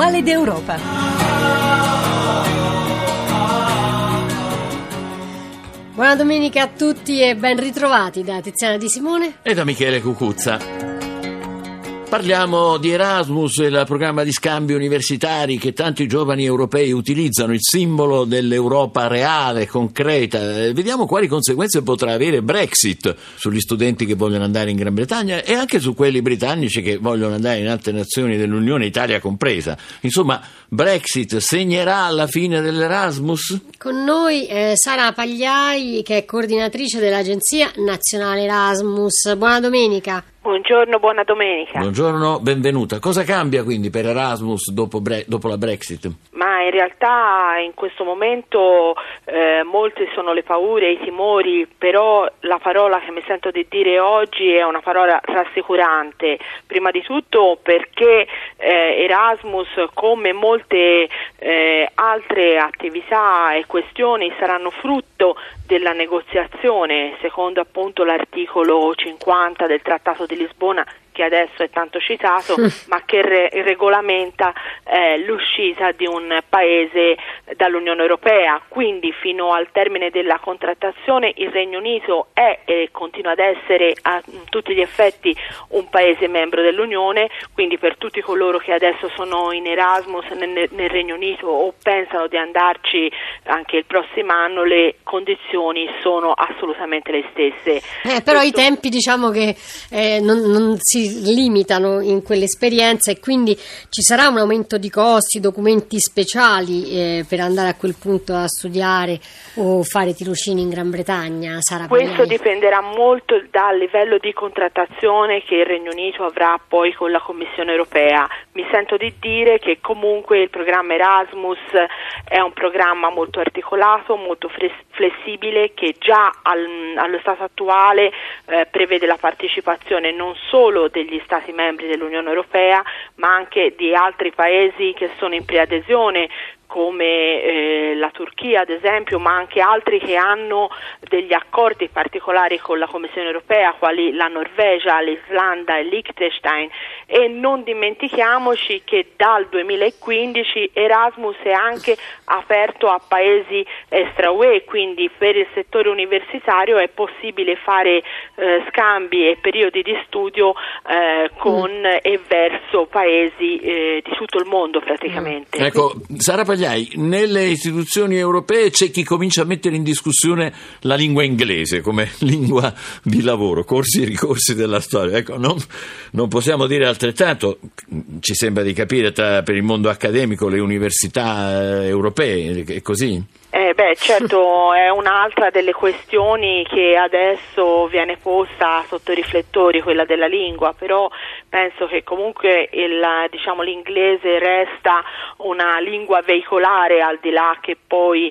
Manuale d'Europa. Buona domenica a tutti e ben ritrovati da Tiziana Di Simone e da Michele Cucuzza. Parliamo di Erasmus, il programma di scambi universitari che tanti giovani europei utilizzano, il simbolo dell'Europa reale, concreta. Vediamo quali conseguenze potrà avere Brexit sugli studenti che vogliono andare in Gran Bretagna e anche su quelli britannici che vogliono andare in altre nazioni dell'Unione, Italia compresa. Insomma, Brexit segnerà la fine dell'Erasmus? Con noi Sara Pagliai, che è coordinatrice dell'Agenzia Nazionale Erasmus. Buona domenica. Buongiorno, buona domenica. Buongiorno, benvenuta. Cosa cambia quindi per Erasmus dopo la Brexit? Ma in realtà in questo momento molte sono le paure, i timori, però la parola che mi sento di dire oggi è una parola rassicurante. Prima di tutto perché Erasmus, come molte altre attività e questioni, saranno frutto della negoziazione, secondo appunto l'articolo 50 del Trattato di Lisbona, che adesso è tanto citato, ma che regolamenta l'uscita di un paese dall'Unione Europea. Quindi fino al termine della contrattazione il Regno Unito è e continua ad essere a tutti gli effetti un paese membro dell'Unione, quindi per tutti coloro che adesso sono in Erasmus nel Regno Unito o pensano di andarci anche il prossimo anno, le condizioni sono assolutamente le stesse. Però i tempi, diciamo che non si limitano in quell'esperienza e quindi ci sarà un aumento di costi, documenti speciali per andare a quel punto a studiare o fare tirocini in Gran Bretagna. Sara Pagliai. Questo dipenderà molto dal livello di contrattazione che il Regno Unito avrà poi con la Commissione Europea. Mi sento di dire che comunque il programma Erasmus è un programma molto articolato, molto flessibile, che già allo stato attuale prevede la partecipazione non solo degli Stati membri dell'Unione Europea, ma anche di altri paesi che sono in preadesione, come la Turchia ad esempio, ma anche altri che hanno degli accordi particolari con la Commissione Europea, quali la Norvegia, l'Islanda e Liechtenstein. E non dimentichiamoci che dal 2015 Erasmus è anche aperto a paesi extra UE, quindi per il settore universitario è possibile fare scambi e periodi di studio con e verso paesi di tutto il mondo praticamente. Ecco, Sara Pagliai, nelle istituzioni europee c'è chi comincia a mettere in discussione la lingua inglese come lingua di lavoro, corsi e ricorsi della storia. Ecco, non possiamo dire altrettanto, ci sembra di capire, per il mondo accademico, le università europee, è così? Certo, è un'altra delle questioni che adesso viene posta sotto i riflettori, quella della lingua, però penso che comunque l'inglese resta una lingua veicolare, al di là che poi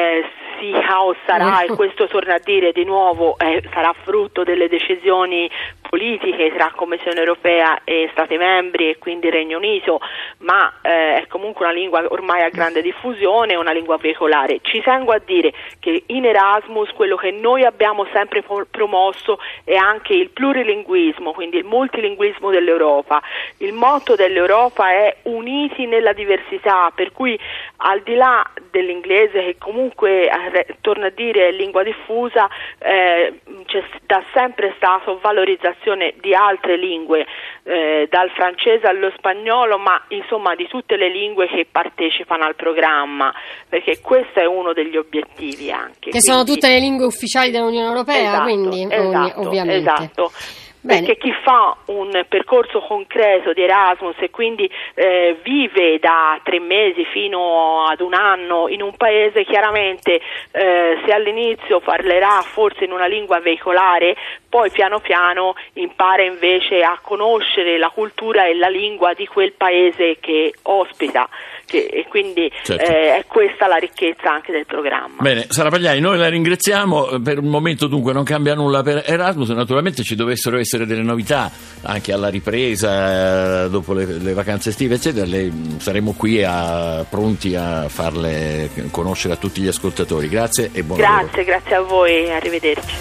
sia o sarà, e questo torna a dire di nuovo, sarà frutto delle decisioni politiche tra Commissione Europea e Stati membri e quindi Regno Unito, ma è comunque una lingua ormai a grande diffusione, una lingua veicolare. Ci tengo a dire che in Erasmus quello che noi abbiamo sempre promosso è anche il plurilinguismo, quindi il multilinguismo dell'Europa. Il motto dell'Europa è uniti nella diversità, per cui al di là dell'inglese, che comunque torna a dire è lingua diffusa, c'è da sempre stato valorizzazione di altre lingue, dal francese allo spagnolo, ma insomma di tutte le lingue che partecipano al programma, perché questo è uno degli obiettivi anche. Che sono tutte le lingue ufficiali dell'Unione Europea, esatto, quindi ovviamente. Esatto. Bene. Perché chi fa un percorso concreto di Erasmus e quindi vive da 3 mesi fino ad un anno in un paese, chiaramente se all'inizio parlerà forse in una lingua veicolare, poi piano piano impara invece a conoscere la cultura e la lingua di quel paese che ospita. E quindi certo. È questa la ricchezza anche del programma. Bene, Sara Pagliai, noi la ringraziamo. Per il momento dunque non cambia nulla per Erasmus, naturalmente ci dovessero essere delle novità anche alla ripresa dopo le vacanze estive eccetera, saremo qui pronti a farle conoscere a tutti gli ascoltatori. Grazie e buon lavoro. Grazie a voi, arrivederci.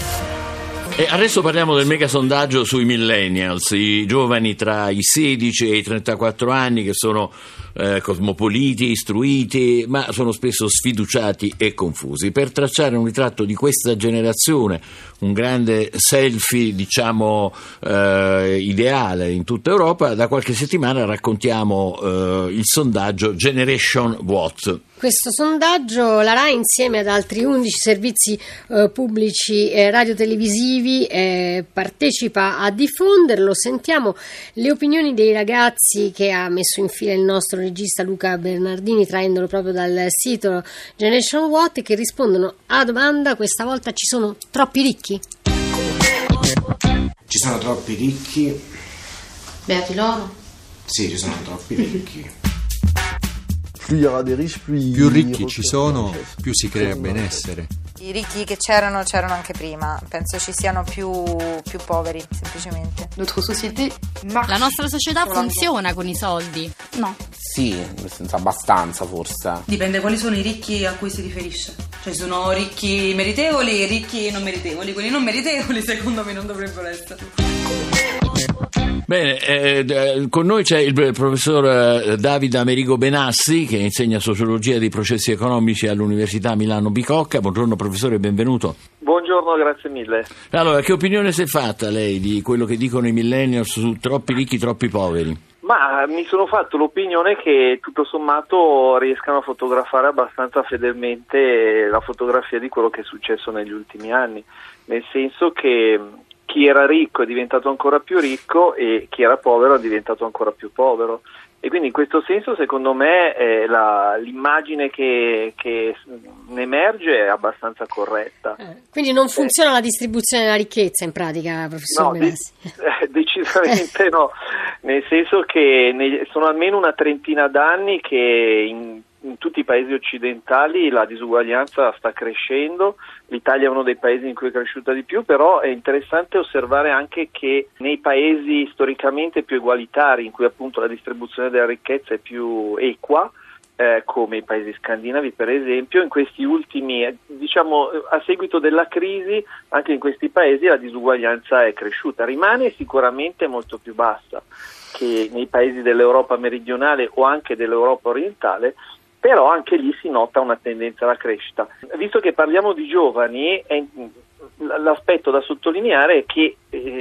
E adesso parliamo del mega sondaggio sui millennials, i giovani tra i 16 e i 34 anni che sono cosmopoliti, istruiti, ma sono spesso sfiduciati e confusi. Per tracciare un ritratto di questa generazione, un grande selfie, diciamo, ideale in tutta Europa, da qualche settimana raccontiamo il sondaggio Generation What. Questo sondaggio la RAI, insieme ad altri 11 servizi pubblici radiotelevisivi, partecipa a diffonderlo. Sentiamo le opinioni dei ragazzi che ha messo in fila il nostro regista Luca Bernardini, traendolo proprio dal sito Generation What, che rispondono alla domanda: questa volta ci sono troppi ricchi? Ci sono troppi ricchi. Beati loro. Sì, ci sono troppi ricchi. Più ricchi ci sono, più si crea benessere. I ricchi che c'erano anche prima, penso ci siano più poveri, semplicemente. La nostra società funziona con i soldi? No. Sì, nel senso abbastanza forse. Dipende quali sono i ricchi a cui si riferisce. Cioè sono ricchi meritevoli e ricchi non meritevoli. Quelli non meritevoli secondo me non dovrebbero essere. Bene, con noi c'è il professor Davide Amerigo Benassi, che insegna sociologia dei processi economici all'Università Milano Bicocca. Buongiorno professore, benvenuto. Buongiorno, grazie mille. Allora, che opinione si è fatta lei di quello che dicono i millennials su troppi ricchi, troppi poveri? Ma mi sono fatto l'opinione che tutto sommato riescano a fotografare abbastanza fedelmente la fotografia di quello che è successo negli ultimi anni, nel senso che chi era ricco è diventato ancora più ricco e chi era povero è diventato ancora più povero, e quindi in questo senso secondo me l'immagine che ne emerge è abbastanza corretta. Quindi non funziona la distribuzione della ricchezza in pratica, professor Benassi? Decisamente no, nel senso che sono almeno una trentina d'anni che in tutti i paesi occidentali la disuguaglianza sta crescendo. L'Italia è uno dei paesi in cui è cresciuta di più, però è interessante osservare anche che nei paesi storicamente più egualitari, in cui appunto la distribuzione della ricchezza è più equa, come i paesi scandinavi per esempio, in questi ultimi, diciamo a seguito della crisi, anche in questi paesi la disuguaglianza è cresciuta. Rimane sicuramente molto più bassa che nei paesi dell'Europa meridionale o anche dell'Europa orientale, però anche lì si nota una tendenza alla crescita. Visto che parliamo di giovani, l'aspetto da sottolineare è che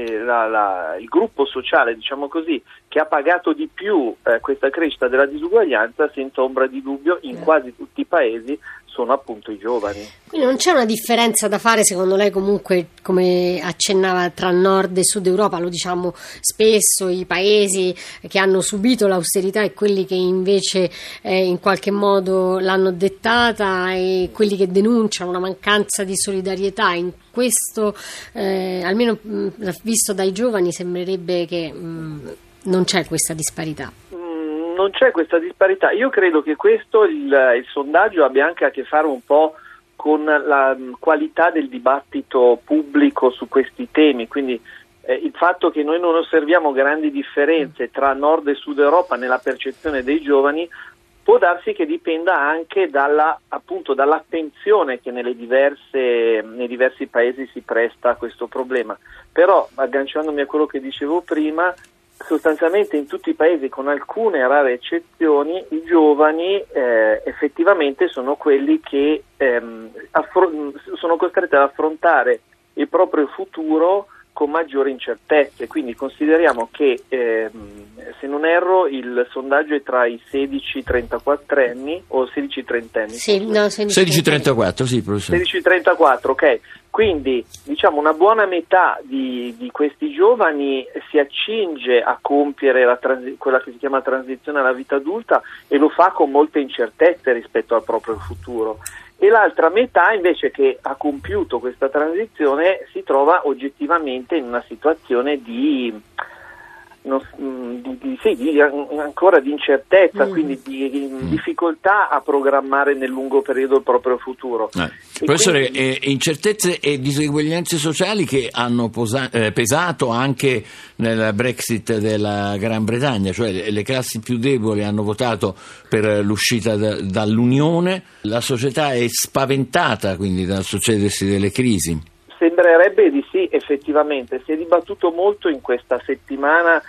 il gruppo sociale, diciamo così, che ha pagato di più questa crescita della disuguaglianza, senza ombra di dubbio, in quasi tutti i paesi sono appunto i giovani. Quindi non c'è una differenza da fare, secondo lei, comunque, come accennava, tra Nord e Sud Europa? Lo diciamo spesso, i paesi che hanno subito l'austerità e quelli che invece in qualche modo l'hanno dettata, e quelli che denunciano una mancanza di solidarietà. In questo, almeno visto dai giovani, sembrerebbe che non c'è questa disparità. Non c'è questa disparità. Io credo che questo, il sondaggio, abbia anche a che fare un po' con la qualità del dibattito pubblico su questi temi, quindi il fatto che noi non osserviamo grandi differenze tra Nord e Sud Europa nella percezione dei giovani può darsi che dipenda anche dall'attenzione che nei diversi paesi si presta a questo problema. Però, agganciandomi a quello che dicevo prima, sostanzialmente in tutti i paesi, con alcune rare eccezioni, i giovani effettivamente sono quelli che sono costretti ad affrontare il proprio futuro con maggiori incertezze. Quindi consideriamo che, se non erro, il sondaggio è tra i 16-34 anni o 16-30 anni. Sì, no, 16-34, sì, professore. 16-34, ok. Quindi diciamo una buona metà di questi giovani si accinge a compiere quella che si chiama transizione alla vita adulta, e lo fa con molte incertezze rispetto al proprio futuro. E l'altra metà invece, che ha compiuto questa transizione, si trova oggettivamente in una situazione ancora di incertezza, quindi di difficoltà a programmare nel lungo periodo il proprio futuro. Professore, incertezze e diseguaglianze sociali che hanno pesato anche nel Brexit della Gran Bretagna, cioè le classi più deboli hanno votato per l'uscita dall'Unione, la società è spaventata quindi dal succedersi delle crisi. Sembrerebbe di sì, effettivamente. Si è dibattuto molto in questa settimana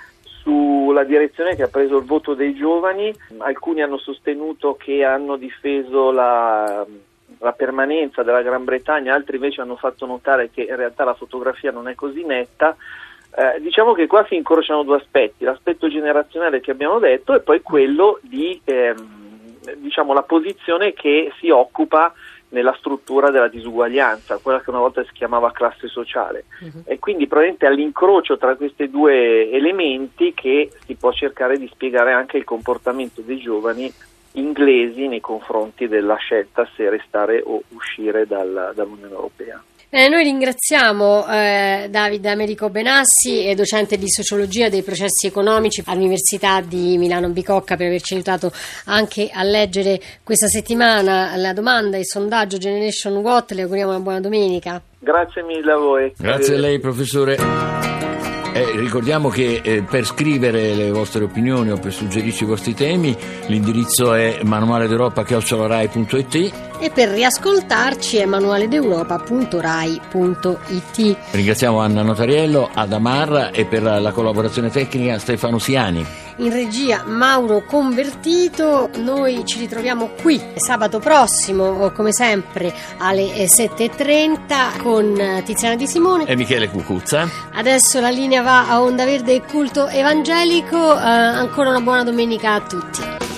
sulla direzione che ha preso il voto dei giovani. Alcuni hanno sostenuto che hanno difeso la permanenza della Gran Bretagna, altri invece hanno fatto notare che in realtà la fotografia non è così netta. Diciamo che qua si incrociano due aspetti, l'aspetto generazionale che abbiamo detto e poi quello di la posizione che si occupa nella struttura della disuguaglianza, quella che una volta si chiamava classe sociale. E quindi probabilmente all'incrocio tra questi due elementi che si può cercare di spiegare anche il comportamento dei giovani inglesi nei confronti della scelta se restare o uscire dall'Unione Europea. Noi ringraziamo Davide Americo Benassi, docente di sociologia dei processi economici all'Università di Milano Bicocca, per averci aiutato anche a leggere questa settimana la domanda, il sondaggio Generation What. Le auguriamo una buona domenica. Grazie mille a voi. Grazie a lei, professore. Ricordiamo che per scrivere le vostre opinioni o per suggerirci i vostri temi l'indirizzo è manualedeuropa@rai.it e per riascoltarci è manualedeuropa.rai.it. Ringraziamo Anna Notariello, Adamarra e per la collaborazione tecnica Stefano Siani. In regia Mauro Convertito. Noi ci ritroviamo qui sabato prossimo, come sempre alle 7:30 con Tiziana Di Simone e Michele Cucuzza. Adesso la linea va a Onda Verde e Culto Evangelico. Ancora una buona domenica a tutti.